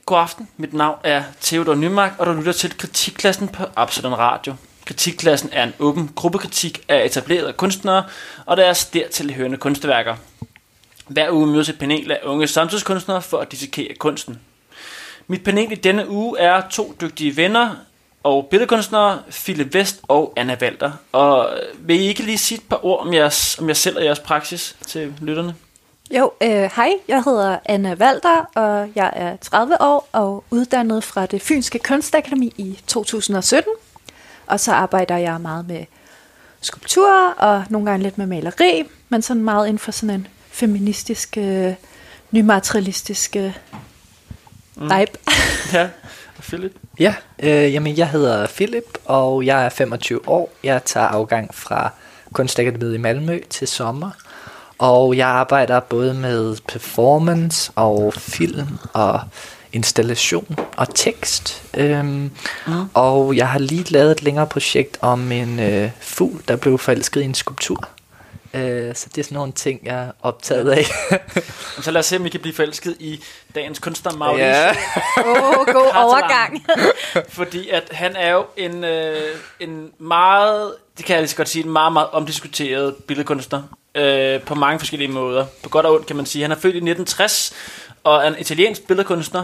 God aften, mit navn er Theodor Nymark, og du lytter til Kritikklassen på Absalon Radio. Kritikklassen er en åben gruppekritik af etablerede kunstnere og deres dertil hørende kunstværker. Hver uge mødes et panel af unge samtidskunstnere for at dissekere kunsten. Mit panel i denne uge er to dygtige venner og billedkunstnere, Philip West og Anna Walter. Og vil I ikke lige sige et par ord om jer selv og jeres praksis til lytterne? Jo, hej, jeg hedder Anna Walter, og jeg er 30 år og uddannet fra det Fynske Kunstakademi i 2017. Og så arbejder jeg meget med skulpturer og nogle gange lidt med maleri, men sådan meget inden for sådan en feministisk, nymaterialistisk vibe. Ja, og Philip? Ja, jamen jeg hedder Philip, og jeg er 25 år. Jeg tager afgang fra Kunstakademiet i Malmø til sommer. Og jeg arbejder både med performance og film og installation og tekst. Og jeg har lige lavet et længere projekt om en fugl, der blev forelsket i en skulptur. Så det er sådan nogle ting, jeg er optaget af. Så lad os se, om I kan blive forelsket i dagens kunstner, Maurice. Ja. God overgang. Fordi at han er jo en meget, det kan jeg lige så godt sige, en meget, meget omdiskuteret billedkunstner. På mange forskellige måder. På godt og ondt kan man sige. Han er født i 1960 og er en italiensk billedkunstner.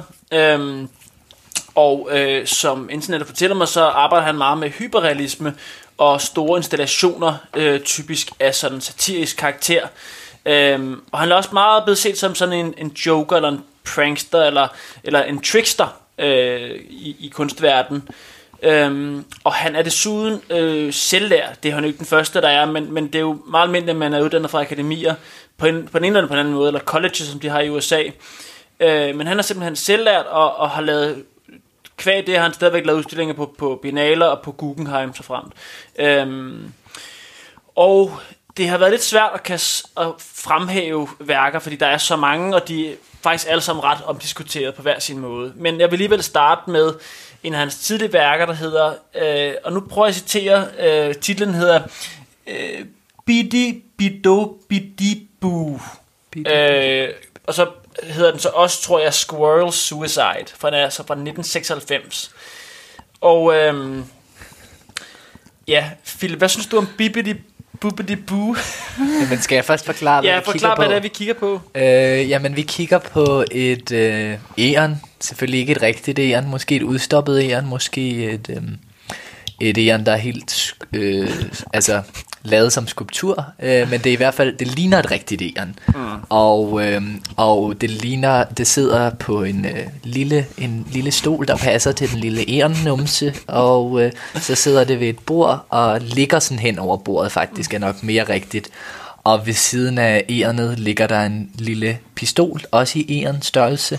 Som internettet fortæller mig, så arbejder han meget med hyperrealisme og store installationer, typisk af sådan satirisk karakter. Og han er også meget blevet set som sådan en joker eller en prankster eller en trickster i kunstverdenen. Og han er desuden selvlært. Det er han jo ikke den første, der er, men det er jo meget almindeligt, at man er uddannet fra akademier på den ene eller på den anden måde, eller colleges, som de har i USA. Men han er simpelthen selvlært og har lavet, kvad det har han stadigvæk lavet udstillinger på Biennaler og på Guggenheim så fremt. Og det har været lidt svært at fremhæve værker, fordi der er så mange, og de er faktisk alle sammen ret omdiskuteret på hver sin måde. Men jeg vil alligevel starte med en af hans tidlige værker, der hedder, og nu prøver jeg at citere, titlen hedder Bidi Bido Bidi Boo. Og så hedder den så også, tror jeg, Squirrel Suicide, for den er så fra 1996. Og ja, Philip, hvad synes du om Bibidi Bubidi Boo? Jamen skal jeg først forklare, hvad vi kigger på? Ja, forklar, hvad det er, vi kigger på. Jamen vi kigger på et æren. Selvfølgelig ikke et rigtigt æren, måske et udstoppet æren, måske et æren, der er helt lavet som skulptur, men det er i hvert fald, det ligner et rigtigt æren. Og det sidder på en lille stol, der passer til den lille ærennumse, og så sidder det ved et bord og ligger sådan hen over bordet, faktisk er nok mere rigtigt. Og ved siden af ærenet ligger der en lille pistol, også i ærens størrelse.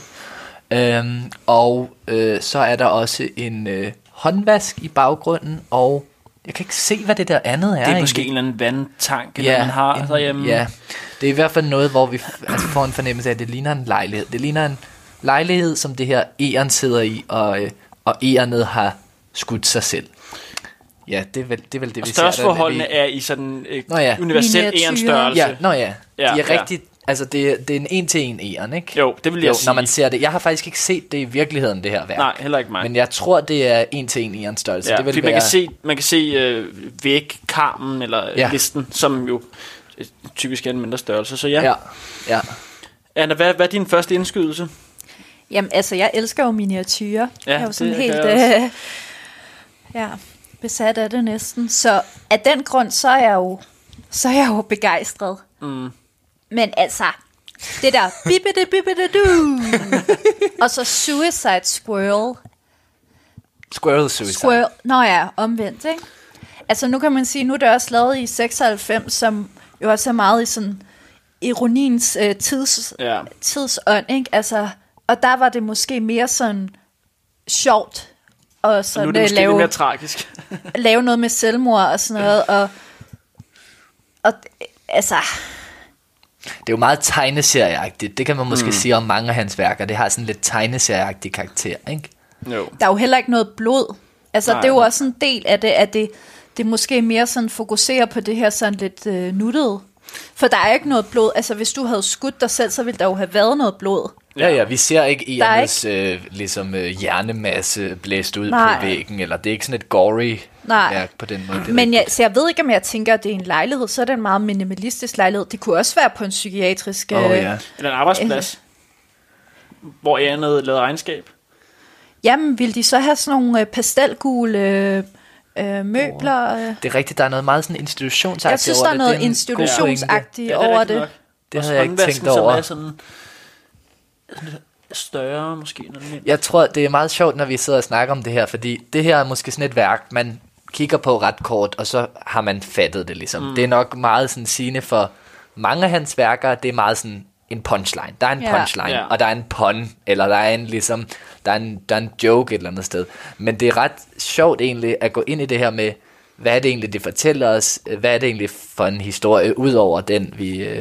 Så er der også en håndvask i baggrunden, og jeg kan ikke se, hvad det der andet er. Det er måske en eller anden vandtank, eller man har derhjemme. Ja, det er i hvert fald noget, hvor vi får en fornemmelse af, at det ligner en lejlighed. Det ligner en lejlighed, som det her æren sidder i, og ærenet har skudt sig selv. Ja, det er vel det, vi ser. Størrelsesforholdene er i sådan universel ærenstørrelse. Ja, de er rigtigt. Altså det er en 1-til-1 æren, ikke? Jo, det vil jeg sige. Når man ser det. Jeg har faktisk ikke set det i virkeligheden, det her værk. Nej, heller ikke mig. Men jeg tror, det er 1-til-1 æren størrelse. Ja, det vil være... man kan se vægkarmen eller listen, som jo typisk er en mindre størrelse. Så ja. Anna, hvad er din første indskydelse? Jamen altså, jeg elsker jo miniatyrer. Ja, jeg er jo sådan helt besat af det næsten. Så af den grund, så er jeg jo begejstret. Men altså, det der bibidi-bibidi-doo, og så Suicide Squirrel. Squirrel Suicide. Nå ja, omvendt, ikke? Altså nu kan man sige, nu er det også lavet i 96, som jo også er meget i sådan ironiens tidsånd, ikke? Altså, og der var det måske mere sådan sjovt. Og nu er det måske lidt mere tragisk. lave noget med selvmord og sådan noget, og altså... Det er jo meget tegneserieagtigt. Det kan man måske sige om mange af hans værker. Det har sådan lidt tegneserieagtig karakter, ikke? Jo. Der er jo heller ikke noget blod. Altså, det er jo også en del af det, at det måske mere sådan fokuserer på det her sådan lidt nuttede. For der er ikke noget blod. Altså, hvis du havde skudt dig selv, så ville der jo have været noget blod. Ja, vi ser ikke egernes ligesom hjernemasse blæst ud på væggen, eller det er ikke sådan et gory værk på den måde. Men så jeg ved ikke, om jeg tænker, at det er en lejlighed, så er det en meget minimalistisk lejlighed. Det kunne også være på en psykiatrisk... Eller en arbejdsplads, hvor ærendet lavede regnskab. Jamen, vil de så have sådan nogle pastelgule møbler? Det er rigtigt, der er noget meget sådan institutionsagtigt over det. Jeg synes, der er noget institutionsagtigt over det. Det havde jeg ikke tænkt over. Sådan større måske. Jeg tror, det er meget sjovt, når vi sidder og snakker om det her, fordi det her er måske sådan et værk, man kigger på ret kort, og så har man fattet det ligesom. Det er nok meget sådan sigende for mange af hans værker, det er meget sådan en punchline. Der er en punchline, og der er en pun, eller der er en ligesom, der er en joke et eller andet sted. Men det er ret sjovt egentlig at gå ind i det her med, hvad er det egentlig, det fortæller os? Hvad er det egentlig for en historie, ud over den,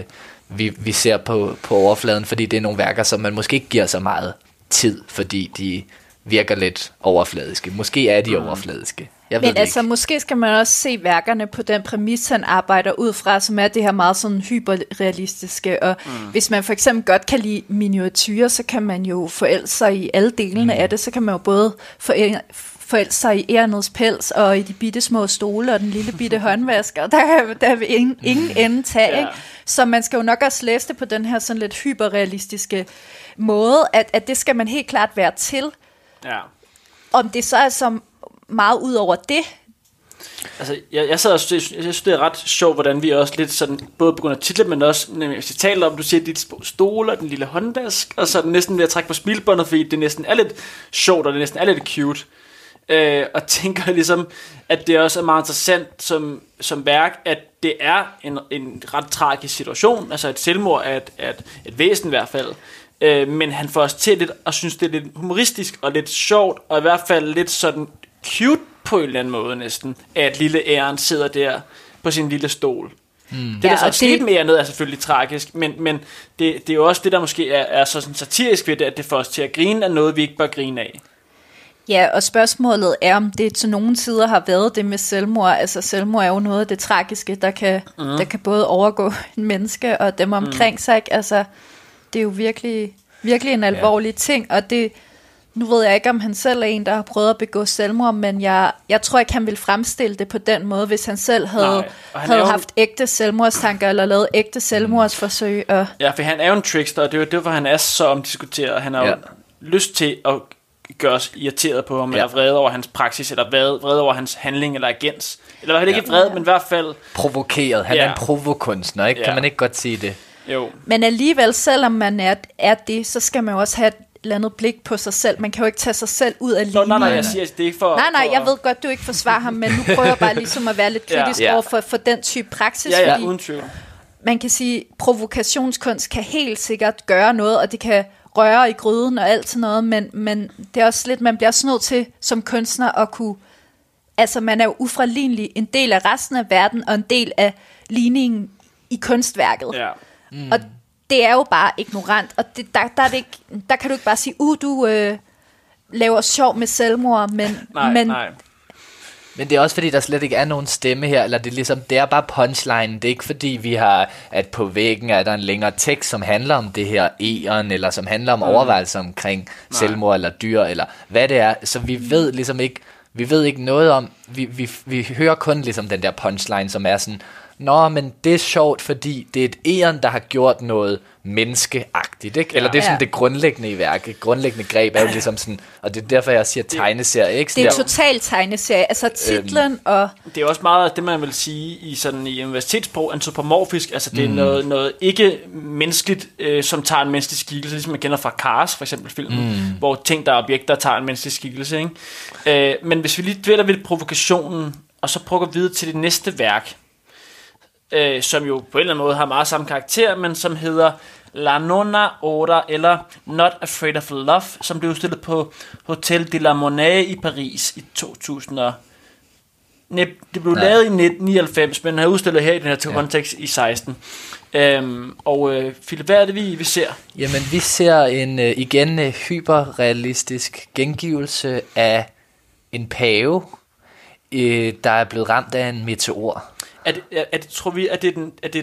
vi ser på overfladen? Fordi det er nogle værker, som man måske ikke giver så meget tid, fordi de virker lidt overfladiske. Måske er de overfladiske. Men altså, måske skal man også se værkerne på den præmis, han arbejder ud fra, som er det her meget sådan hyperrealistiske. Og hvis man for eksempel godt kan lide miniatyrer, så kan man jo forelske sig i alle delene af det. Så kan man jo både forelske sig i ærnets pels, og i de bitte små stole, og den lille bitte håndvasker. Der vil ingen ende tage, ikke? Så man skal jo nok også læse det på den her sådan lidt hyperrealistiske måde, at det skal man helt klart være til. Ja. Om det så er som meget ud over det. Altså, jeg synes, det er ret sjovt, hvordan vi også lidt sådan, både på grund af titlen, men også, hvis vi taler om, du siger, dit stole og den lille håndvask, og så er det næsten ved at trække på smilbåndet, fordi det næsten er lidt sjovt, og det næsten er lidt cute. Og tænker ligesom, at det også er meget interessant som værk, at det er en ret tragisk situation, altså et selvmord af et væsen i hvert fald. Men han får os til lidt at synes, det er lidt humoristisk og lidt sjovt, og i hvert fald lidt sådan cute på en eller anden måde næsten, at lille æren sidder der på sin lille stol. Det der så er sket med ærenet er selvfølgelig tragisk, men det er jo også det, der måske er så sådan satirisk ved det, at det får os til at grine af noget, vi ikke bør grine af. Ja, og spørgsmålet er, om det til nogle tider har været det med selvmord. Altså selvmord er jo noget af det tragiske, der kan både overgå en menneske og dem omkring sig, ikke? Altså, det er jo virkelig en alvorlig ting, og det, nu ved jeg ikke, om han selv er en, der har prøvet at begå selvmord, men jeg tror ikke, han ville fremstille det på den måde, hvis han selv havde haft ægte selvmordstanker, eller lavet ægte selvmordsforsøg. Ja, for han er jo en trickster, og det er jo derfor, han er så omdiskuteret. Han har jo lyst til at gøre os irriteret på ham, eller vrede over hans praksis, eller vrede over hans handling, eller agens. Eller var det ikke vrede, men i hvert fald provokeret. Han er en provokunstner, ikke? Kan man ikke godt sige det? Jo. Men alligevel, selvom man er det, så skal man jo også have et eller andet blik på sig selv. Man kan jo ikke tage sig selv ud af linjen. Nej, jeg siger, det er ikke for... Nej, jeg ved godt, du ikke forsvarer ham, men nu prøver jeg bare ligesom at være lidt kritisk over for den type praksis. Ja, uden tvivl. Man kan sige, at provokationskunst kan helt sikkert gøre noget, og det kan røre i gryden og alt sådan noget, men det er også lidt, man bliver også nødt til som kunstner at kunne... Altså, man er jo ufraligelig en del af resten af verden, og en del af ligningen i kunstværket. Ja. Og det er jo bare ignorant, og der kan du ikke bare sige, du laver sjov med selvmord, men... Nej. Men det er også fordi, der slet ikke er nogen stemme her, eller det er bare punchline. Det er ikke fordi, vi har, at på væggen er der en længere tekst, som handler om det her egern, eller som handler om overvejelser omkring selvmord eller dyr, eller hvad det er. Så vi ved ligesom ikke, noget om, vi hører kun ligesom den der punchline, som er sådan, nå, men det er sjovt, fordi det er et egern, der har gjort noget menneskeagtigt, ikke? Eller det er sådan det grundlæggende i værket. Grundlæggende greb er jo ligesom sådan, og det er derfor, jeg siger tegneserie, ikke? Det er totalt tegneserie, altså titlen og... Det er også meget det, man vil sige i universitetssprog, antropomorfisk, altså det er noget ikke menneskeligt, som tager en menneskelig skikkelse, ligesom man kender fra Cars, for eksempel filmen, hvor ting, der er objekter, tager en menneskelig skikkelse, ikke? Men hvis vi lige dvæler ved provokationen, og så prøver at videre til det næste værk, som jo på en eller anden måde har meget samme karakter, men som hedder La Nonna Ora, eller Not Afraid of Love, som blev udstillet på Hotel de la Monnaie i Paris i 2000. Det blev lavet i 1999, men har udstillet her i den her kontekst i 16. Philip, hvad er det, vi ser? Jamen, vi ser igen en hyperrealistisk gengivelse af en pave, der er blevet ramt af en meteor. Tror vi, at det er den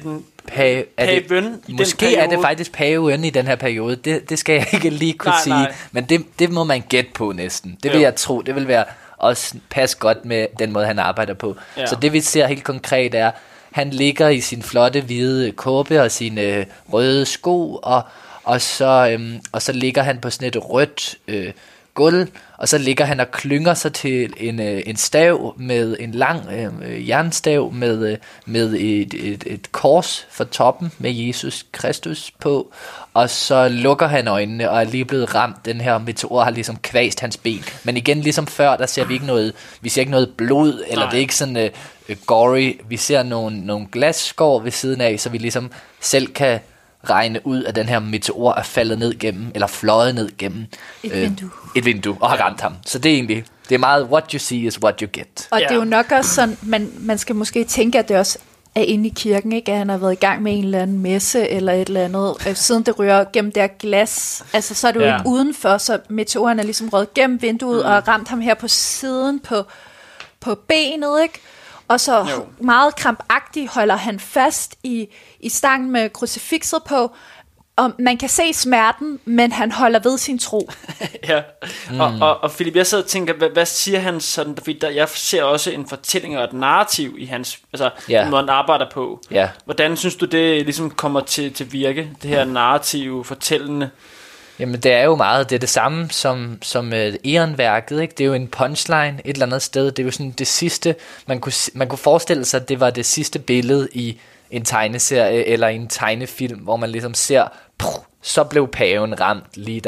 paven i måske den periode. er det faktisk paven i den her periode. Det skal jeg ikke lige kunne sige. Nej. Men det må man gætte på næsten. Det vil jeg tro. Det vil være også passe godt med den måde, han arbejder på. Ja. Så det vi ser helt konkret er, han ligger i sin flotte hvide kåbe og sine røde sko, og så ligger han på sådan et rødt gulv, og så ligger han og klynger sig til en stav med en lang jernstav med et kors for toppen med Jesus Kristus på, og så lukker han øjnene og er lige blevet ramt. Den her meteor har ligesom kvæst hans ben, men igen ligesom før, der ser vi ikke noget blod, eller det er ikke sådan gory. Vi ser nogle glasskår ved siden af, så vi ligesom selv kan regne ud, at den her meteor er faldet ned gennem, eller fløjet ned gennem et vindue og har ramt ham. Så det er egentlig, det er meget what you see is what you get. Og det er jo nok også sådan, man skal måske tænke, at det også er inde i kirken, ikke? At han har været i gang med en eller anden messe eller et eller andet, siden det rører gennem der glas, altså så er det jo ikke udenfor, så meteoren er ligesom røget gennem vinduet og har ramt ham her på siden på benet, ikke? Og så meget krampagtigt holder han fast i stangen med krucifixet på, og man kan se smerten, men han holder ved sin tro. Ja, og Philip, jeg sidder og tænker, hvad siger han sådan, fordi jeg ser også en fortælling og et narrativ i hans, altså den måde han arbejder på. Hvordan synes du, det ligesom kommer til virke, det her narrative, fortællende? Jamen det er jo meget, det er det samme som Eon-værket, ikke? Det er jo en punchline et eller andet sted. Det er jo sådan det sidste, man kunne forestille sig, at det var det sidste billede i en tegneserie eller en tegnefilm, hvor man ligesom ser, så blev paven ramt, lige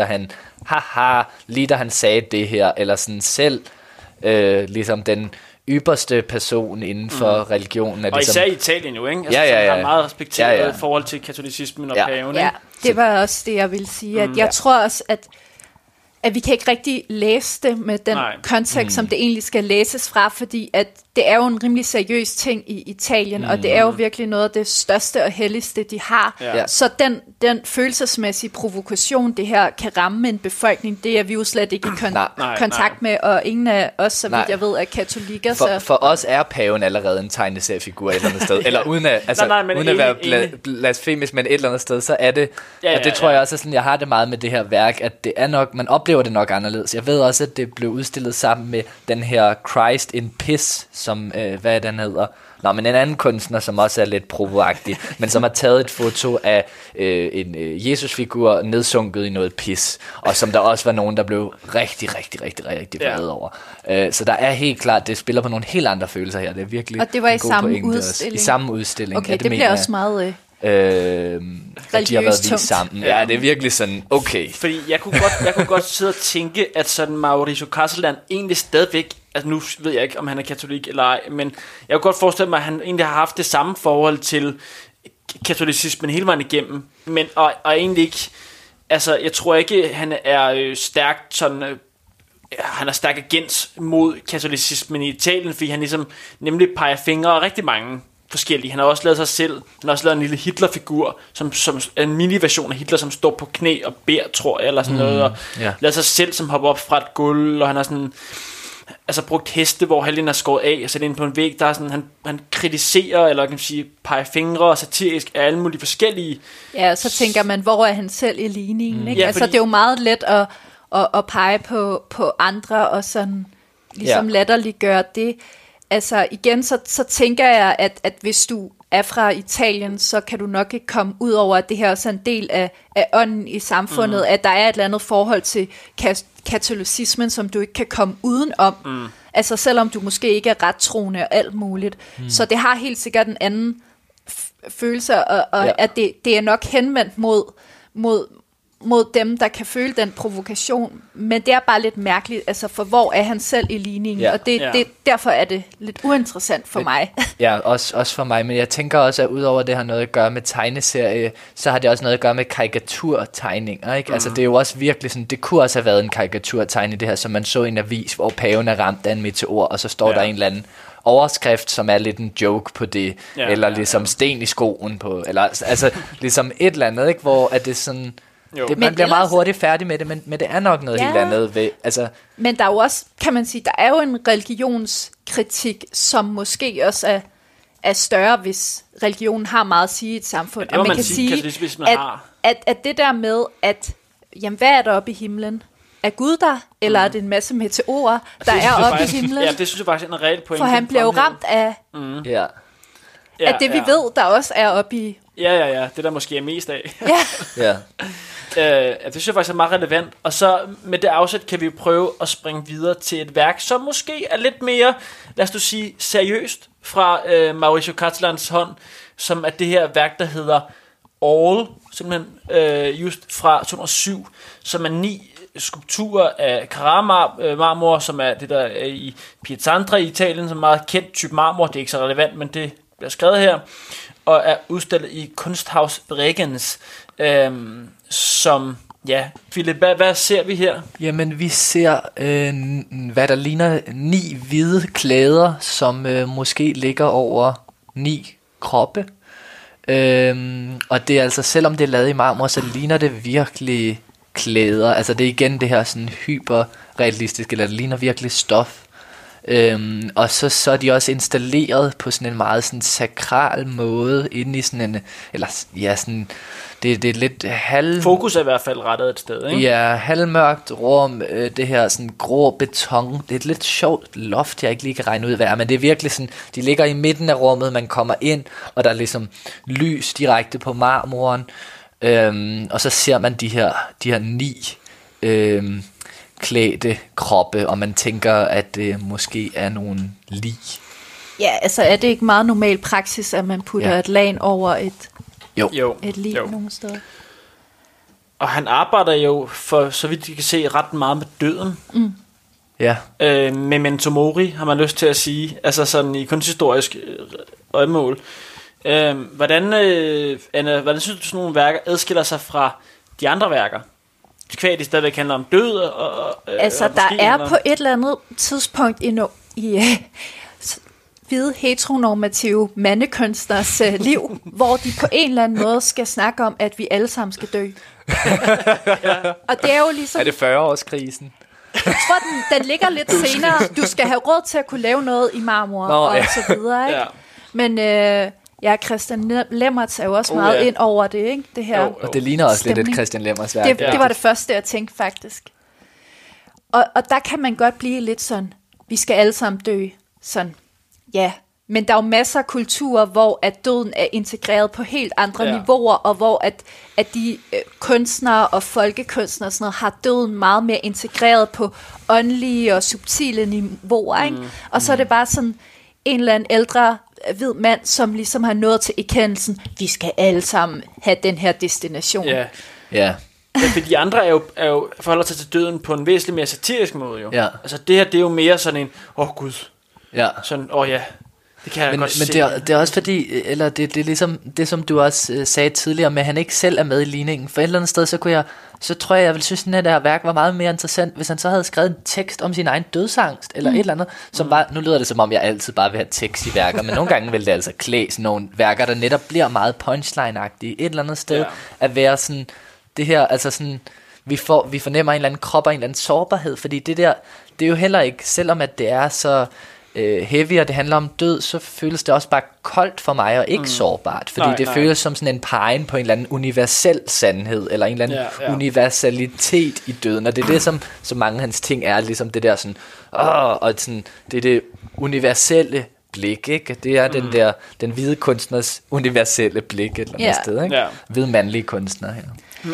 da han sagde det her, eller sådan selv, ligesom den ypperste person inden for religionen. Og ligesom, især i Italien jo, ikke? Altså, der er meget respekteret i forhold til katolicismen og paven, ikke? Ja, det var også det, jeg ville sige. At jeg tror også, at vi kan ikke rigtig læse det med den kontekst, som det egentlig skal læses fra, fordi at det er jo en rimelig seriøs ting i Italien, og det er jo virkelig noget af det største og helligste, de har. Ja. Så den følelsesmæssige provokation, det her kan ramme en befolkning, det er vi jo slet ikke i kontakt med, og ingen af os, så vidt jeg ved, er katolikker. For os er paven allerede en tegneseriefigur et eller andet sted, eller uden at være blasfemisk, men et eller andet sted, så er det, og det tror jeg også er sådan, jeg har det meget med det her værk, at det er nok, man oplever det nok anderledes. Jeg ved også, at det blev udstillet sammen med den her Christ in Piss, som, hvad den hedder? Nå, men en anden kunstner, som også er lidt provoagtig, men som har taget et foto af en Jesus-figur nedsunket i noget pis, og som der også var nogen, der blev rigtig vrede over. Så der er helt klart, det spiller på nogle helt andre følelser her. Det er virkelig. Og det var i samme udstilling? I samme udstilling. Okay, det bliver også meget de har været vist sammen. Ja, det er virkelig sådan, okay. Fordi jeg kunne godt sidde og tænke, at sådan Mauricio Castellan egentlig stadigvæk, altså nu ved jeg ikke, om han er katolik eller ej, men jeg kunne godt forestille mig, at han egentlig har haft det samme forhold til katolicismen hele vejen igennem, men og egentlig ikke, altså jeg tror ikke, han er stærkt sådan, han er stærk agent mod katolicismen i Italien, fordi han ligesom nemlig peger fingre af rigtig mange forskellige. Han har også lavet sig selv, han har også lavet en lille Hitler-figur, som er en mini-version af Hitler, som står på knæ og beder, tror jeg, eller sådan noget, og lavet sig selv, som hopper op fra et gulv, og han har sådan, altså brugt heste, hvor halvdelen er skåret af, og sat ind på en væg, der er sådan, han kritiserer, eller kan man sige, peger fingre og satirisk af alle mulige forskellige. Ja, så tænker man, hvor er han selv i ligningen, ikke? Ja, altså det er jo meget let at pege på andre, og sådan ligesom latterliggøre det. Altså igen, så tænker jeg, at hvis du er fra Italien, så kan du nok ikke komme ud over, at det her også er en del af ånden i samfundet, at der er et eller andet forhold til katolicismen, som du ikke kan komme udenom. Altså selvom du måske ikke er rettroende og alt muligt. Så det har helt sikkert en anden følelse, og at det er nok henvendt mod dem, der kan føle den provokation, men det er bare lidt mærkeligt, altså for hvor er han selv i ligningen, og derfor er det lidt uinteressant for mig. Ja, også for mig, men jeg tænker også, at udover det har noget at gøre med tegneserie, så har det også noget at gøre med karikaturtegninger, ikke? Altså det er jo også virkelig sådan, det kunne også have været en karikaturtegning, det her, som man så i en avis, hvor paven er ramt af en meteor, og så står der en eller anden overskrift, som er lidt en joke på det, eller ligesom sten i skoen på, eller altså ligesom et eller andet, ikke? Hvor at det sådan, man bliver meget hurtigt færdig med det, men det er nok noget helt andet ved, altså. Men der er jo også, kan man sige, der er jo en religionskritik, som måske også er større, hvis religionen har meget at sige i et samfund. Ja, og man kan sige, hvis man at det der med, at jamen, hvad er der oppe i himlen? Er Gud der, eller er det en masse meteorer, der er oppe i himlen? Ja, det synes jeg faktisk er en reel pointe. For han bliver jo ramt af, at det vi ved, der også er oppe i... Ja, det der måske er mest af. Ja. Det synes jeg faktisk er meget relevant. Og så med det afsæt kan vi jo prøve at springe videre til et værk, som måske er lidt mere, lad os sige, seriøst fra Mauricio Catalans hånd, som er det her værk, der hedder All, simpelthen just fra 2007, som er 9 skulpturer af Carrara-marmor, som er det der er i Pietrasanta i Italien, som er meget kendt type marmor. Det er ikke så relevant, men det bliver skrevet her, og er udstillet i Kunsthaus Bregenz, som, ja, Philip, hvad ser vi her? Jamen, vi ser, hvad der ligner 9 hvide klæder, som måske ligger over 9 kroppe. Og det er altså, selvom det er lavet i marmor, så ligner det virkelig klæder. Altså det er igen det her sådan hyperrealistiske, eller det ligner virkelig stof. Og så er de også installeret på sådan en meget sådan sakral måde inde i sådan en, eller ja, sådan det er lidt fokus er i hvert fald rettet et sted, ikke? Ja, halvmørkt rum, det her sådan grå beton. Det er et lidt sjovt loft, jeg ikke lige kan regne ud hvad er, men det er virkelig sådan, de ligger i midten af rummet, man kommer ind, og der er ligesom lys direkte på marmoren. Og så ser man de her 9 klædte kroppe, og man tænker, at det måske er nogle lig. Ja, altså er det ikke meget normal praksis, at man putter et lag over et lig nogle steder? Og han arbejder jo, for så vidt I kan se, ret meget med døden. Ja. Memento mori, har man lyst til at sige, altså sådan i kunsthistorisk øjemål. Hvordan synes du, sådan nogle værker adskiller sig fra de andre værker? Kvæg de stadigvæk handler om død altså og der er på et eller andet tidspunkt i hvide heteronormative mandekunstners liv, hvor de på en eller anden måde skal snakke om, at vi alle sammen skal dø. Og det er jo ligesom... Er det 40-årskrisen? Jeg tror, den ligger lidt senere. Du skal have råd til at kunne lave noget i marmor og så videre, ikke? Men... Christian Lemmertz er jo også meget ind over det, ikke? Det her og det ligner også stemning. Lidt et Christian Lemmertz værk. Det var det første, jeg tænkte faktisk. Og der kan man godt blive lidt sådan, vi skal alle sammen dø. Sådan, ja. Men der er jo masser af kulturer, hvor at døden er integreret på helt andre niveauer, og hvor at de kunstnere og folkekunstnere og sådan noget, har døden meget mere integreret på åndelige og subtile niveauer, ikke? Og så er det bare sådan en eller anden ældre hvid mand, som ligesom har nået til erkendelsen, vi skal alle sammen have den her destination. Ja, for de andre er jo forholder sig til døden på en væsentlig mere satirisk måde jo. Ja. Altså det her, det er jo mere sådan en, gud. Ja. Sådan, det kan jeg godt se. Men det er også fordi, eller det er ligesom det, som du også sagde tidligere, med at han ikke selv er med i ligningen. For et eller andet sted, så tror jeg ville synes, at det her værk var meget mere interessant, hvis han så havde skrevet en tekst om sin egen dødsangst, eller et eller andet, som bare, nu lyder det som om, jeg altid bare vil have tekst i værker, men nogle gange vil det altså klæde sådan nogle værker, der netop bliver meget punchline-agtige, et eller andet sted, at være sådan, det her, altså sådan, vi fornemmer en eller anden krop og en eller anden sårbarhed, fordi det er jo heller ikke, selvom at det er så heavy, og det handler om død, så føles det også bare koldt for mig, og ikke sårbart, fordi det føles som sådan en pegen på en eller anden universel sandhed, eller en eller anden universalitet i døden, og det er det, som mange af hans ting er, ligesom det der sådan, og sådan, det er det universelle blik, ikke? Det er den hvide kunstners universelle blik et eller andet sted, ikke? Hvide mandlige kunstner her. Men,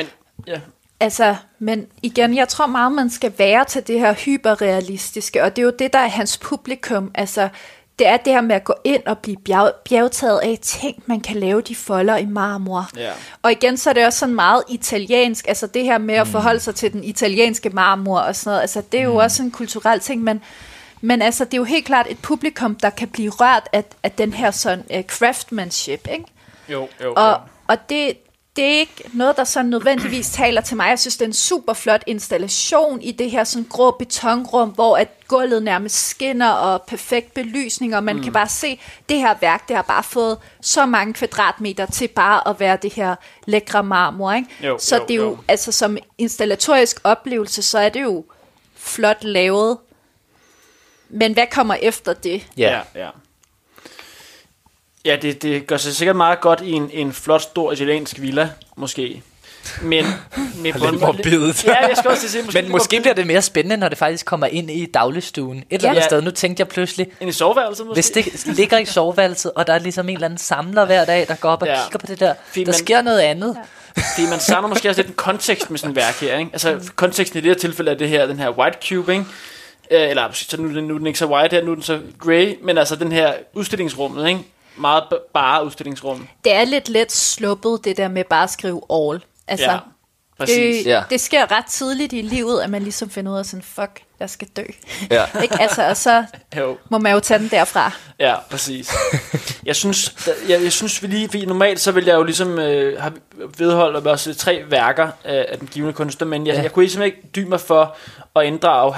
altså, men igen, jeg tror meget, man skal være til det her hyperrealistiske, og det er jo det, der er hans publikum. Altså, det er det her med at gå ind og blive bjergtaget af ting, man kan lave de folder i marmor. Yeah. Og igen, så er det også sådan meget italiensk, altså det her med at forholde sig til den italienske marmor og sådan noget, altså det er jo også en kulturel ting, men altså, det er jo helt klart et publikum, der kan blive rørt af den her sådan craftsmanship, ikke? Jo. Og det er ikke noget, der sådan nødvendigvis taler til mig. Jeg synes, det er en super flot installation i det her sådan grå betonrum, hvor at gulvet nærmest skinner og perfekt belysning, og man kan bare se, det her værk, det har bare fået så mange kvadratmeter til bare at være det her lækre marmor, ikke? Så det er jo, altså som installatorisk oplevelse, så er det jo flot lavet. Men hvad kommer efter det? Ja. Ja, det gør sig sikkert meget godt i en flot, stor italiensk villa, måske. Men lidt morbidt. Ja, jeg skal også sige, men måske bliver det mere spændende, når det faktisk kommer ind i dagligstuen. Et eller andet sted. Nu tænkte jeg pludselig, ind i soveværelset måske. Hvis det ligger i soveværelset, og der er ligesom en eller anden samler hver dag, der går op og kigger på det der, sker noget andet. Ja. Fordi man savner måske også lidt en kontekst med sådan en værk her, ikke? Altså konteksten i det her tilfælde er det her, den her white cube, ikke? Eller så nu er den ikke så white her, nu er den så grey, men altså den her udstillingsrummet, ikke? Meget bare udstillingsrum. Det er lidt let sluppet, det der med bare at skrive all. Altså, ja, præcis. Det sker ret tidligt i livet, at man ligesom finder ud af sådan, fuck, jeg skal dø. Ja. Ikke? Altså, og så må man jo tage den derfra. Ja, præcis. Jeg synes vi lige, fordi normalt så vil jeg jo ligesom have vedholdt også 3 værker af den givende kunstner, men jeg kunne simpelthen ikke dybe mig for at inddrage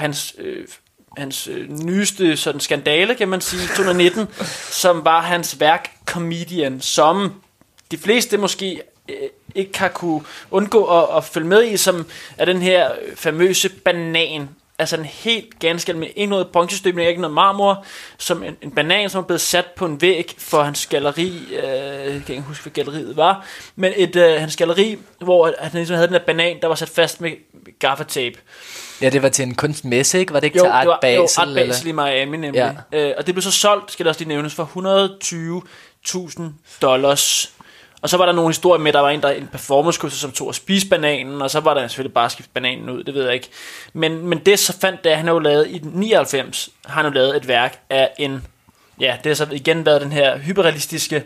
hans nyeste sådan skandale, kan man sige, 2019, som var hans værk Comedian, som de fleste måske ikke har kunne undgå at følge med i, som er den her famøse banan. Altså en helt ganske med ikke noget bronzestøbning, ikke noget marmor, som en banan, som er blevet sat på en væg for hans galleri. Jeg kan ikke huske, hvad galleriet var, men hans galleri, hvor han ligesom havde den her banan, der var sat fast med gaffatape. Ja, det var til en kunstmesse, ikke? Var det ikke til Art Basel? Jo, Art Basel i Miami nemlig. Ja. Og det blev så solgt, skal det også lige nævnes, for $120,000. Og så var der nogle historier med, der var en performancekurser, som tog at spise bananen, og så var der selvfølgelig bare skiftet bananen ud, det ved jeg ikke. Men det så fandt det, han har jo lavet i 99, har han jo lavet et værk af en, ja, det har så igen været den her hyperrealistiske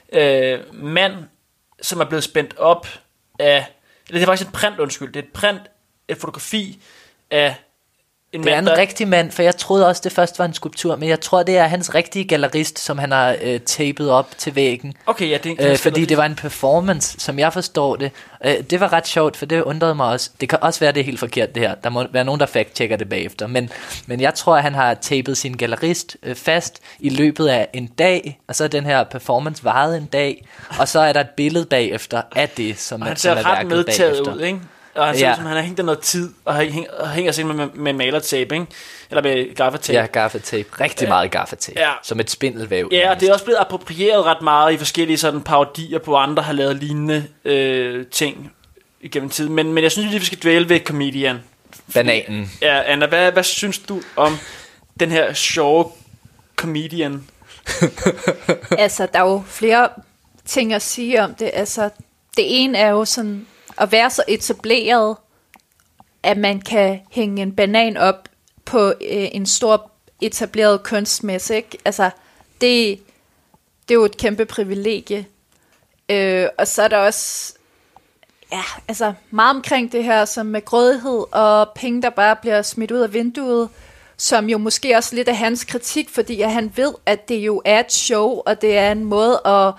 mand, som er blevet spændt op af, det er faktisk det er et fotografi af det er en rigtig mand, for jeg troede også, det først var en skulptur, men jeg tror, det er hans rigtige gallerist, som han har tapet op til væggen. Okay, ja, det fordi det var en performance, som jeg forstår det. Det var ret sjovt, for det undrede mig også. Det kan også være, det er helt forkert, det her. Der må være nogen, der fact-checker det bagefter. Men jeg tror, at han har tapet sin gallerist fast i løbet af en dag, og så er den her performance varet en dag, og så er der et billede bagefter af det, som er værket bagefter. Han ser ret medtaget ud, ikke? Og han ser ud som, han har hængt der noget tid, og hænger sig med malertape, ikke? Eller med gaffatape. Ja, gaffatape. Rigtig meget gaffatape. Ja. Som et spindelvæv. Ja, og det er også blevet approprieret ret meget i forskellige sådan parodier på andre, har lavet lignende ting igennem tiden. Men jeg synes lige, vi skal dvæle ved Comedian. Bananen. Ja, Anna, hvad synes du om den her sjove Comedian? Altså, der er jo flere ting at sige om det. Altså, det ene er jo sådan at være så etableret, at man kan hænge en banan op på en stor etableret kunstmesse, ikke? Altså, det er jo et kæmpe privilegie. Og så er der også altså meget omkring det her, som med grådighed og penge, der bare bliver smidt ud af vinduet, som jo måske også lidt af hans kritik, fordi at han ved, at det jo er et show, og det er en måde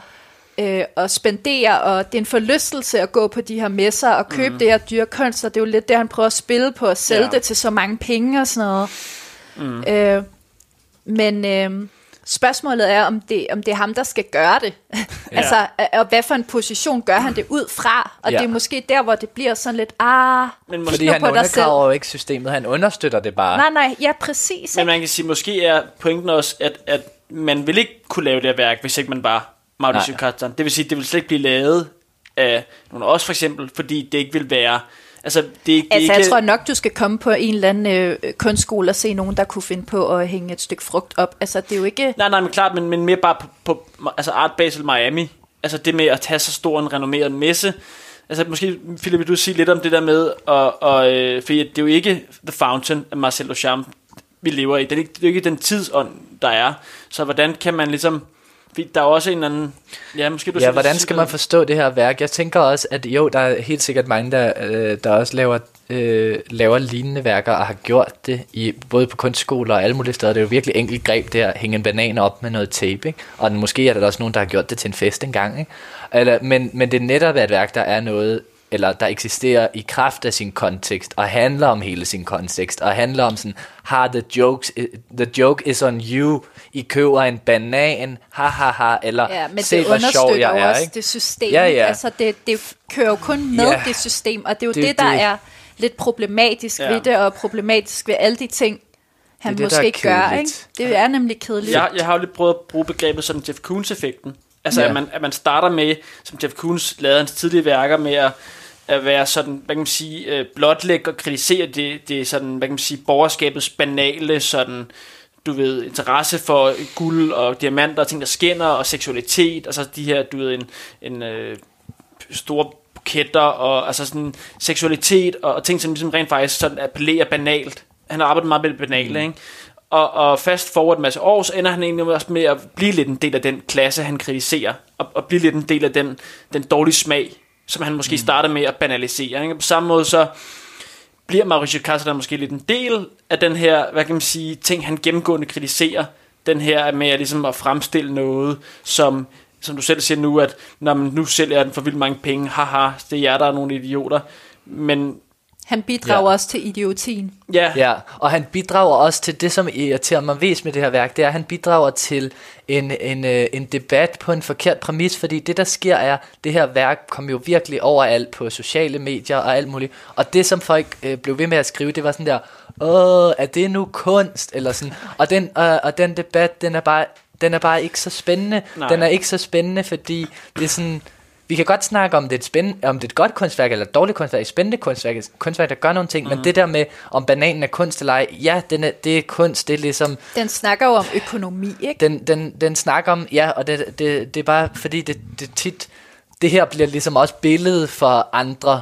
at spendere, og det er en forlystelse at gå på de her messer og købe det her dyre kunst, og det er jo lidt det, han prøver at spille på, at sælge det til så mange penge og sådan noget. Men spørgsmålet er, om det er ham, der skal gøre det. Altså, og hvad for en position gør han det ud fra? Og det er måske der, hvor det bliver sådan lidt, men fordi han undergraver jo ikke systemet, han understøtter det bare. Nej, ja, præcis. Men man kan sige, måske er pointen også, at man vil ikke kunne lave det her værk, hvis ikke man bare Mauricio Cartan. Det vil sige, det vil slet ikke blive lavet af nogle af os for eksempel, fordi det ikke vil være. Altså, jeg tror nok, du skal komme på en eller anden kunstskole og se nogen, der kunne finde på at hænge et stykke frugt op. Altså, det er jo ikke. Nej, men klart, men mere bare på altså Art Basel Miami. Altså det med at tage så stor en renommeret messe. Altså måske, Philip, vil du sige lidt om det der med, fordi det er jo ikke The Fountain af Marcel Duchamp, vi lever i. Det er jo ikke den tidsånd, der er. Så hvordan kan man ligesom. Der er også en anden. Ja, måske du hvordan skal man forstå det her værk? Jeg tænker også, at jo, der er helt sikkert mange, der også laver lignende værker og har gjort det både på kunstskoler og alle mulige steder. Det er jo virkelig enkelt greb det at hænge en banan op med noget tape, ikke? Og måske er der også nogen, der har gjort det til en fest engang, ikke? Men det er netop et værk, der er noget, eller der eksisterer i kraft af sin kontekst, og handler om hele sin kontekst, og handler om sådan, the joke is on you, I køber en banan, eller men se hvor sjov jeg er, også ikke? Det system, altså det kører jo kun med det system, og det er jo det der er lidt problematisk ved det, og problematisk ved alle de ting, han måske ikke gør, ikke? Det er nemlig kedeligt. Jeg har jo lidt prøvet at bruge begrebet som Jeff Koons-effekten, Altså at man starter med, som Jeff Koons lavede hans tidlige værker, med at være sådan, hvad kan man sige, blotlægge og kritisere det sådan, hvad kan man sige, borgerskabets banale sådan, du ved, interesse for guld og diamanter og ting, der skinner, og seksualitet, og så de her, du ved, en store buketter, og altså sådan seksualitet, og ting, som ligesom rent faktisk sådan appellerer banalt. Han har arbejdet meget med det banale, ikke? Og fast forward en masse år, så ender han egentlig også med at blive lidt en del af den klasse, han kritiserer, og blive lidt en del af den dårlige smag, som han måske starter med at banalisere, ikke? På samme måde så bliver Mauricio Casadan måske lidt en del af den her, hvad kan man sige, ting han gennemgående kritiserer, den her med at, ligesom at fremstille noget, som du selv siger nu, at nu sælger jeg den for vildt mange penge, haha, det er jer, der er nogle idioter, men han bidrager også til idiotien. Ja, og han bidrager også til det, som irriterer mig mest med det her værk, det er, at han bidrager til en debat på en forkert præmis, fordi det, der sker, er, det her værk kom jo virkelig overalt på sociale medier og alt muligt, og det, som folk blev ved med at skrive, det var sådan der, er det nu kunst? Eller sådan, og den debat, den er bare ikke så spændende. Nej. Den er ikke så spændende, fordi det er sådan, vi kan godt snakke om det er et godt kunstværk eller et dårligt kunstværk, et spændende kunstværk, der gør nogle ting, men det der med, om bananen er kunst eller ej, ja, det er kunst, det er ligesom... Den snakker jo om økonomi, ikke? Den snakker om, ja, og det er bare, fordi det tit, det her bliver ligesom også billedet for andre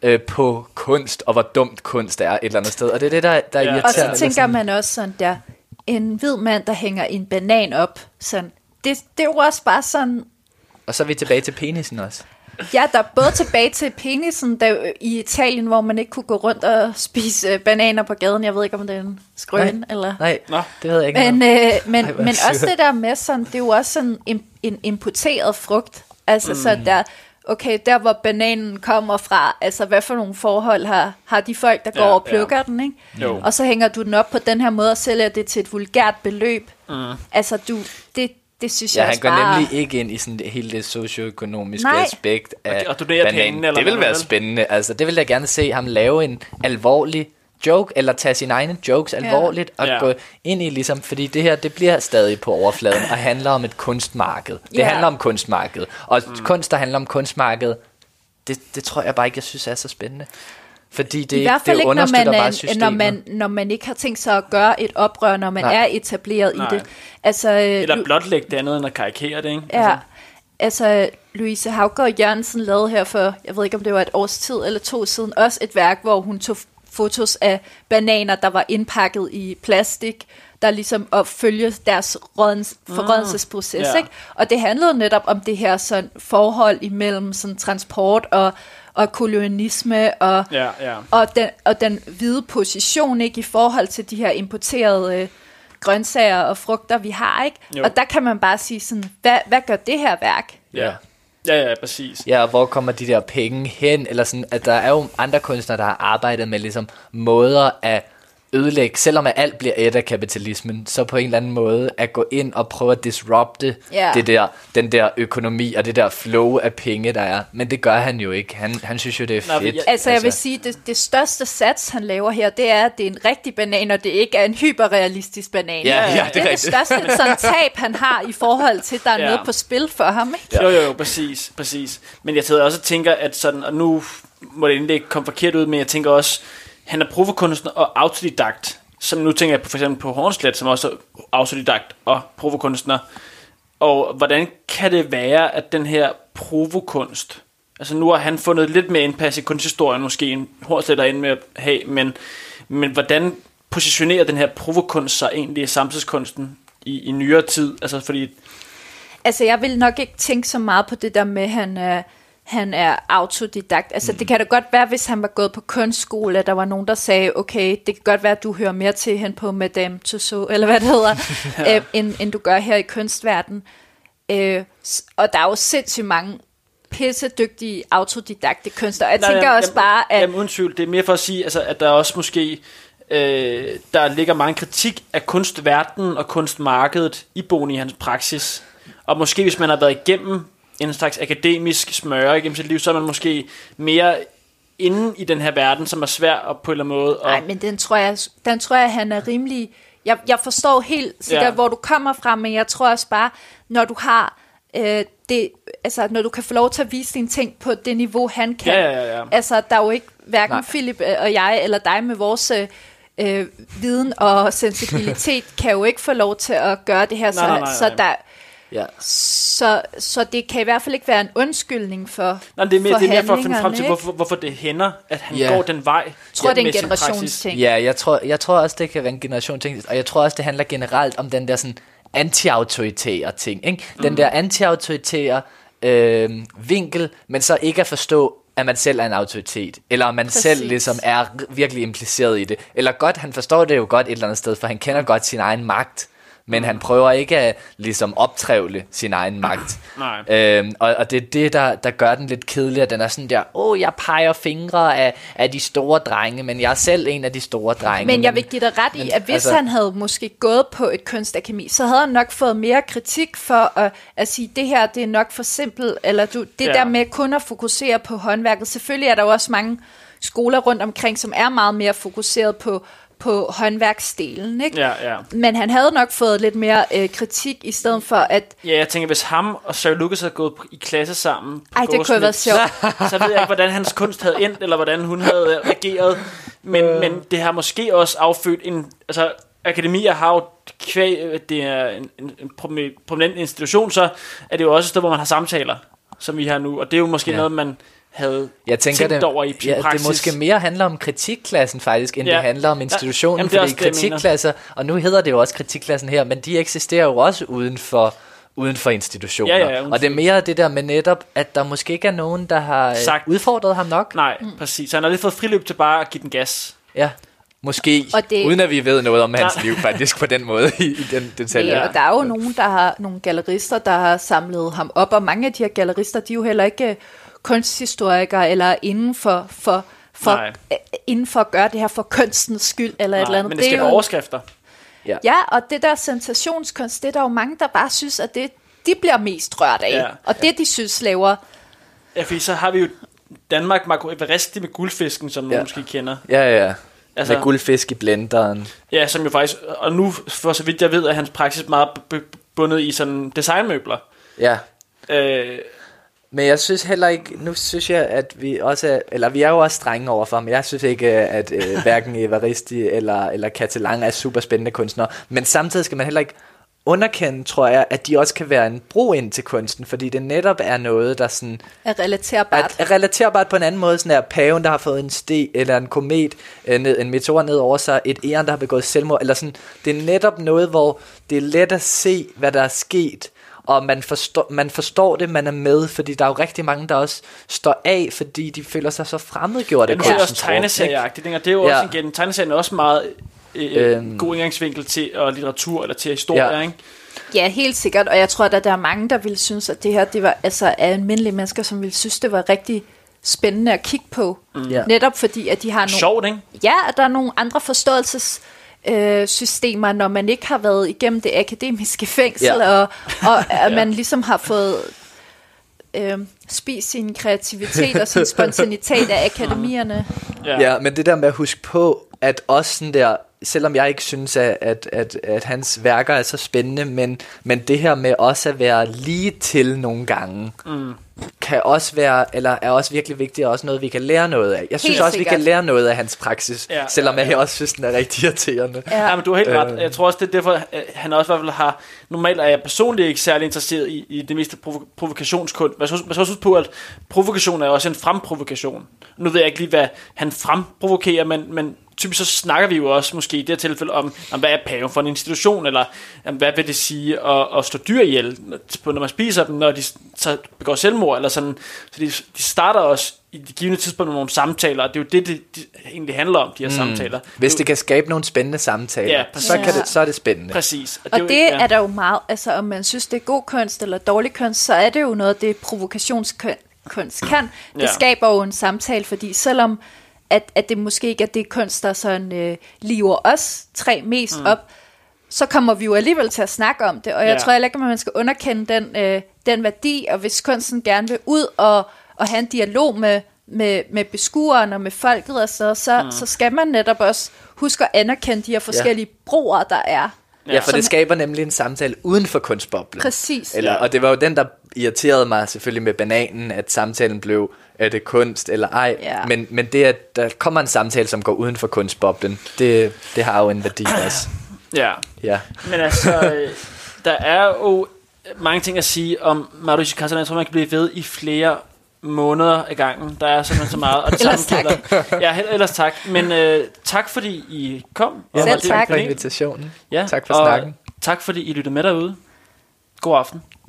på kunst, og hvor dumt kunst er et eller andet sted, og det er det, der irriterer. Og så tænker man også sådan der, en hvid mand, der hænger en banan op, sådan, det er jo også bare sådan... Og så er vi tilbage til penisen også. Ja, der er både tilbage til penisen der, i Italien, hvor man ikke kunne gå rundt og spise bananer på gaden. Jeg ved ikke, om det er en skrøn, eller... Nej, det ved jeg ikke. Men også det der med sådan, det er jo også sådan en importeret frugt. Altså så der, okay, der hvor bananen kommer fra, altså hvad for nogle forhold har de folk, der går og plukker den, ikke? Jo. Og så hænger du den op på den her måde og sælger det til et vulgært beløb. Altså det synes jeg han også går bare... nemlig ikke ind i sådan hele det socioøkonomiske aspekt af bananen. Det vil være spændende. Altså, det vil jeg gerne se ham lave en alvorlig joke, eller tage sine egne jokes alvorligt, og gå ind i ligesom, fordi det her, det bliver stadig på overfladen, og handler om et kunstmarked. Det handler om kunstmarked. Og kunst, der handler om kunstmarked, det tror jeg bare ikke, jeg synes er så spændende. Fordi det, i hvert fald det understøtter bare systemet. Når man ikke har tænkt sig at gøre et oprør, når man er etableret i det. Altså, eller blotlægge det andet, end at karikere det, ikke? Ja, altså Louise Haugaard Jørgensen lavede her for, jeg ved ikke om det var et års tid eller 2 siden, også et værk, hvor hun tog fotos af bananer, der var indpakket i plastik, der ligesom opfølger deres forrådnelsesproces, ikke? Og det handlede netop om det her sådan forhold imellem sådan transport og kolonialisme og den hvide position, ikke, i forhold til de her importerede grøntsager og frugter, vi har, ikke? Jo. Og der kan man bare sige sådan, hvad gør det her værk? Ja, præcis. Ja, og hvor kommer de der penge hen? Eller sådan, at der er jo andre kunstnere, der har arbejdet med ligesom måder at ødelægge, selvom at alt bliver et af kapitalismen, så på en eller anden måde at gå ind og prøve at disrupte den der økonomi og det der flow af penge, der er. Men det gør han jo ikke. Han synes jo, det er fedt. Jeg vil sige, det største sats, han laver her, det er, at det er en rigtig banan, og det ikke er en hyperrealistisk banan. Ja, det er det største sådan tab, han har i forhold til, der er noget på spil for ham, ikke? Jo, præcis. Men jeg også tænker, at sådan, og nu må det egentlig ikke komme forkert ud, men jeg tænker også, han er provokunstner og autodidakt, som nu tænker jeg på, for eksempel på Hornslet, som også er autodidakt og provokunstner. Og hvordan kan det være, at den her provokunst, altså nu har han fundet lidt mere indpas i kunsthistorien, måske en Hornslet er inde med at have, men hvordan positionerer den her provokunst sig egentlig i samtidskunsten i nyere tid? Altså fordi... Altså jeg vil nok ikke tænke så meget på det der med, han er autodidakt. Altså det kan da godt være, hvis han var gået på kunstskole, at der var nogen, der sagde, okay, det kan godt være, at du hører mere til hen på Madame Tussauds, eller hvad det hedder, end du gør her i kunstverdenen. Og der er jo sindssygt mange pissedygtige autodidakte kunstnere. Jeg tænker også bare, at... Jamen undskyld, det er mere for at sige, altså, at der også måske... der ligger meget kritik af kunstverdenen og kunstmarkedet iboende i hans praksis. Og måske hvis man har været igennem en slags akademisk smøre igennem sit liv, så er man måske mere inde i den her verden, som er svær at på en eller anden måde. Nej, men den tror jeg, han er rimelig... Jeg forstår helt sikkert, hvor du kommer fra, men jeg tror også bare, når du har det, altså, når du kan få lov til at vise dine ting på det niveau, han kan. Ja. Altså, der er jo ikke hverken Philip og jeg, eller dig med vores viden og sensibilitet, kan jo ikke få lov til at gøre det her. Nej. Så der... Ja. Så det kan i hvert fald ikke være en undskyldning for Nej, det er mere for at finde frem til, hvorfor det hænder, at han går den vej. Jeg tror, det er en generationsting. Ja, jeg tror også, det kan være en generationsting, og jeg tror også, det handler generelt om den der sådan anti-autoritære ting, ikke? Den der anti-autoritære vinkel, men så ikke at forstå, at man selv er en autoritet, eller om man selv ligesom er virkelig impliceret i det. Eller godt, han forstår det jo godt et eller andet sted, for han kender godt sin egen magt, men han prøver ikke at ligesom optrævle sin egen magt. Og det er det, der gør den lidt kedelig, at den er sådan der, jeg peger fingre af de store drenge, men jeg er selv en af de store drenge. Men jeg vil give dig ret i, at hvis han havde måske gået på et kunstakademi, så havde han nok fået mere kritik for at sige, det her, det er nok for simpelt, eller der med kun at fokusere på håndværket. Selvfølgelig er der jo også mange skoler rundt omkring, som er meget mere fokuseret på håndværksdelen, ikke? Ja. Men han havde nok fået lidt mere kritik, i stedet for at... Ja, jeg tænker, hvis ham og Sir Lucas havde gået i klasse sammen... det kunne have været sjovt. Så ved jeg ikke, hvordan hans kunst havde endt, eller hvordan hun havde reageret. Men det har måske også affødt en... Altså, akademier har jo det er en prominent institution, så er det jo også et sted, hvor man har samtaler, som vi har nu. Og det er jo måske noget, man... havde tænkt over i praksis. Det måske mere handler om kritikklassen faktisk, end det handler om institutionen, fordi kritikklasser, og nu hedder det jo også kritikklassen her, men de eksisterer jo også uden for institutioner. Og det er mere det der med netop, at der måske ikke er nogen, der har udfordret ham nok. Nej, præcis. Så han har lige fået friløb til bare at give den gas. Ja. Måske, uden at vi ved noget om hans liv faktisk på den måde i den detalje. Ja, og der er jo nogen, der har nogle gallerister, der har samlet ham op, og mange af de her gallerister, de er jo heller ikke kunsthistorikere, eller inden for at gøre det her for kunstens skyld, eller et eller andet. Men det skal være overskrifter. Ja, og det der sensationskunst, det er der jo mange, der bare synes, at det de bliver mest rørt af. Og det, de synes, laver... Ja, fordi så har vi jo Danmark, Marco Everesti med guldfisken, som nogen måske kender. Ja. Altså, med guldfisk i blenderen. Ja, som jo faktisk... Og nu, for så vidt jeg ved, er hans praksis meget bundet i sådan designmøbler. Ja. Men jeg synes heller ikke, nu synes jeg, at vi også, eller vi er jo også strenge overfor ham. Jeg synes ikke, at hverken Evaristi eller Catalan er super spændende kunstnere. Men samtidig skal man heller ikke underkende, tror jeg, at de også kan være en bro ind til kunsten, fordi det netop er noget, der sådan... er relaterbart. Er relaterbart på en anden måde, sådan er paven, der har fået en eller en komet, en meteor ned over sig, et æren, der har begået selvmord, eller sådan. Det er netop noget, hvor det er let at se, hvad der er sket, og man forstår det, man er med, fordi der er jo rigtig mange, der også står af, fordi de føler sig så fremmedgjorte. Det er også tegneserieagtigt, og det er jo også igen, tegneserien er også meget god indgangsvinkel til litteratur eller til historie, ikke? Ja, helt sikkert, og jeg tror, at der er mange, der ville synes, at det her, det var altså almindelige mennesker, som ville synes, det var rigtig spændende at kigge på. Netop fordi, at de har nogle... Sjovt, ikke? Ja, at der er nogle andre forståelsessystemer, når man ikke har været igennem det akademiske fængsel, og at man ligesom har fået spist sin kreativitet og sin spontanitet af akademierne. Ja, men det der med at huske på, at også sådan der, selvom jeg ikke synes, at hans værker er så spændende, men det her med også at være lige til nogle gange, kan også være, eller er også virkelig vigtigt, og også noget, vi kan lære noget af. Jeg synes helt også, sikkert. Vi kan lære noget af hans praksis, selvom jeg også synes, den er rigtig irriterende. Ja, men du har helt ret. Jeg tror også, det er derfor, han også i hvert fald har... Normalt er jeg personligt ikke særlig interesseret i det meste provokationskunst. Man skal også huske på, at provokation er også en fremprovokation. Nu ved jeg ikke lige, hvad han fremprovokerer, men typisk så snakker vi jo også måske i det her tilfælde om hvad er paven for en institution, eller hvad vil det sige at slå dyr ihjel, når man spiser dem, når de så begår selvmord, eller sådan. Så de starter også i de givende tidspunkt med nogle samtaler, og det er jo det egentlig handler om, de her samtaler. Hvis det kan skabe nogle spændende samtaler, så er det spændende. Præcis. Og det er der jo meget, altså om man synes, det er god kunst eller dårlig kunst, så er det jo noget, det provokationskunst kan. Det skaber jo en samtale, fordi selvom at det måske ikke er det kunst, der sådan liver os tre mest op, så kommer vi jo alligevel til at snakke om det, og jeg tror heller ikke, at man skal underkende den værdi, og hvis kunsten gerne vil ud og have en dialog med beskueren og med folket, og så skal man netop også huske at anerkende de her forskellige broer, der er. Ja, for det skaber nemlig en samtale uden for kunstboblen. Præcis. Og det var jo den, der irriterede mig selvfølgelig med bananen, at samtalen blev, er det kunst eller ej, men det, at der kommer en samtale, som går uden for kunstboblen, det har jo en værdi også. Ja. Men altså, der er jo mange ting at sige om Marushi Kazan. Jeg tror, man kan blive ved i flere måneder ad gangen. Der er simpelthen så meget. Og det ellers tak. Ellers tak. Men tak, fordi I kom. Selv tak for invitationen. Ja, tak for snakken. Tak, fordi I lyttede med derude. God aften.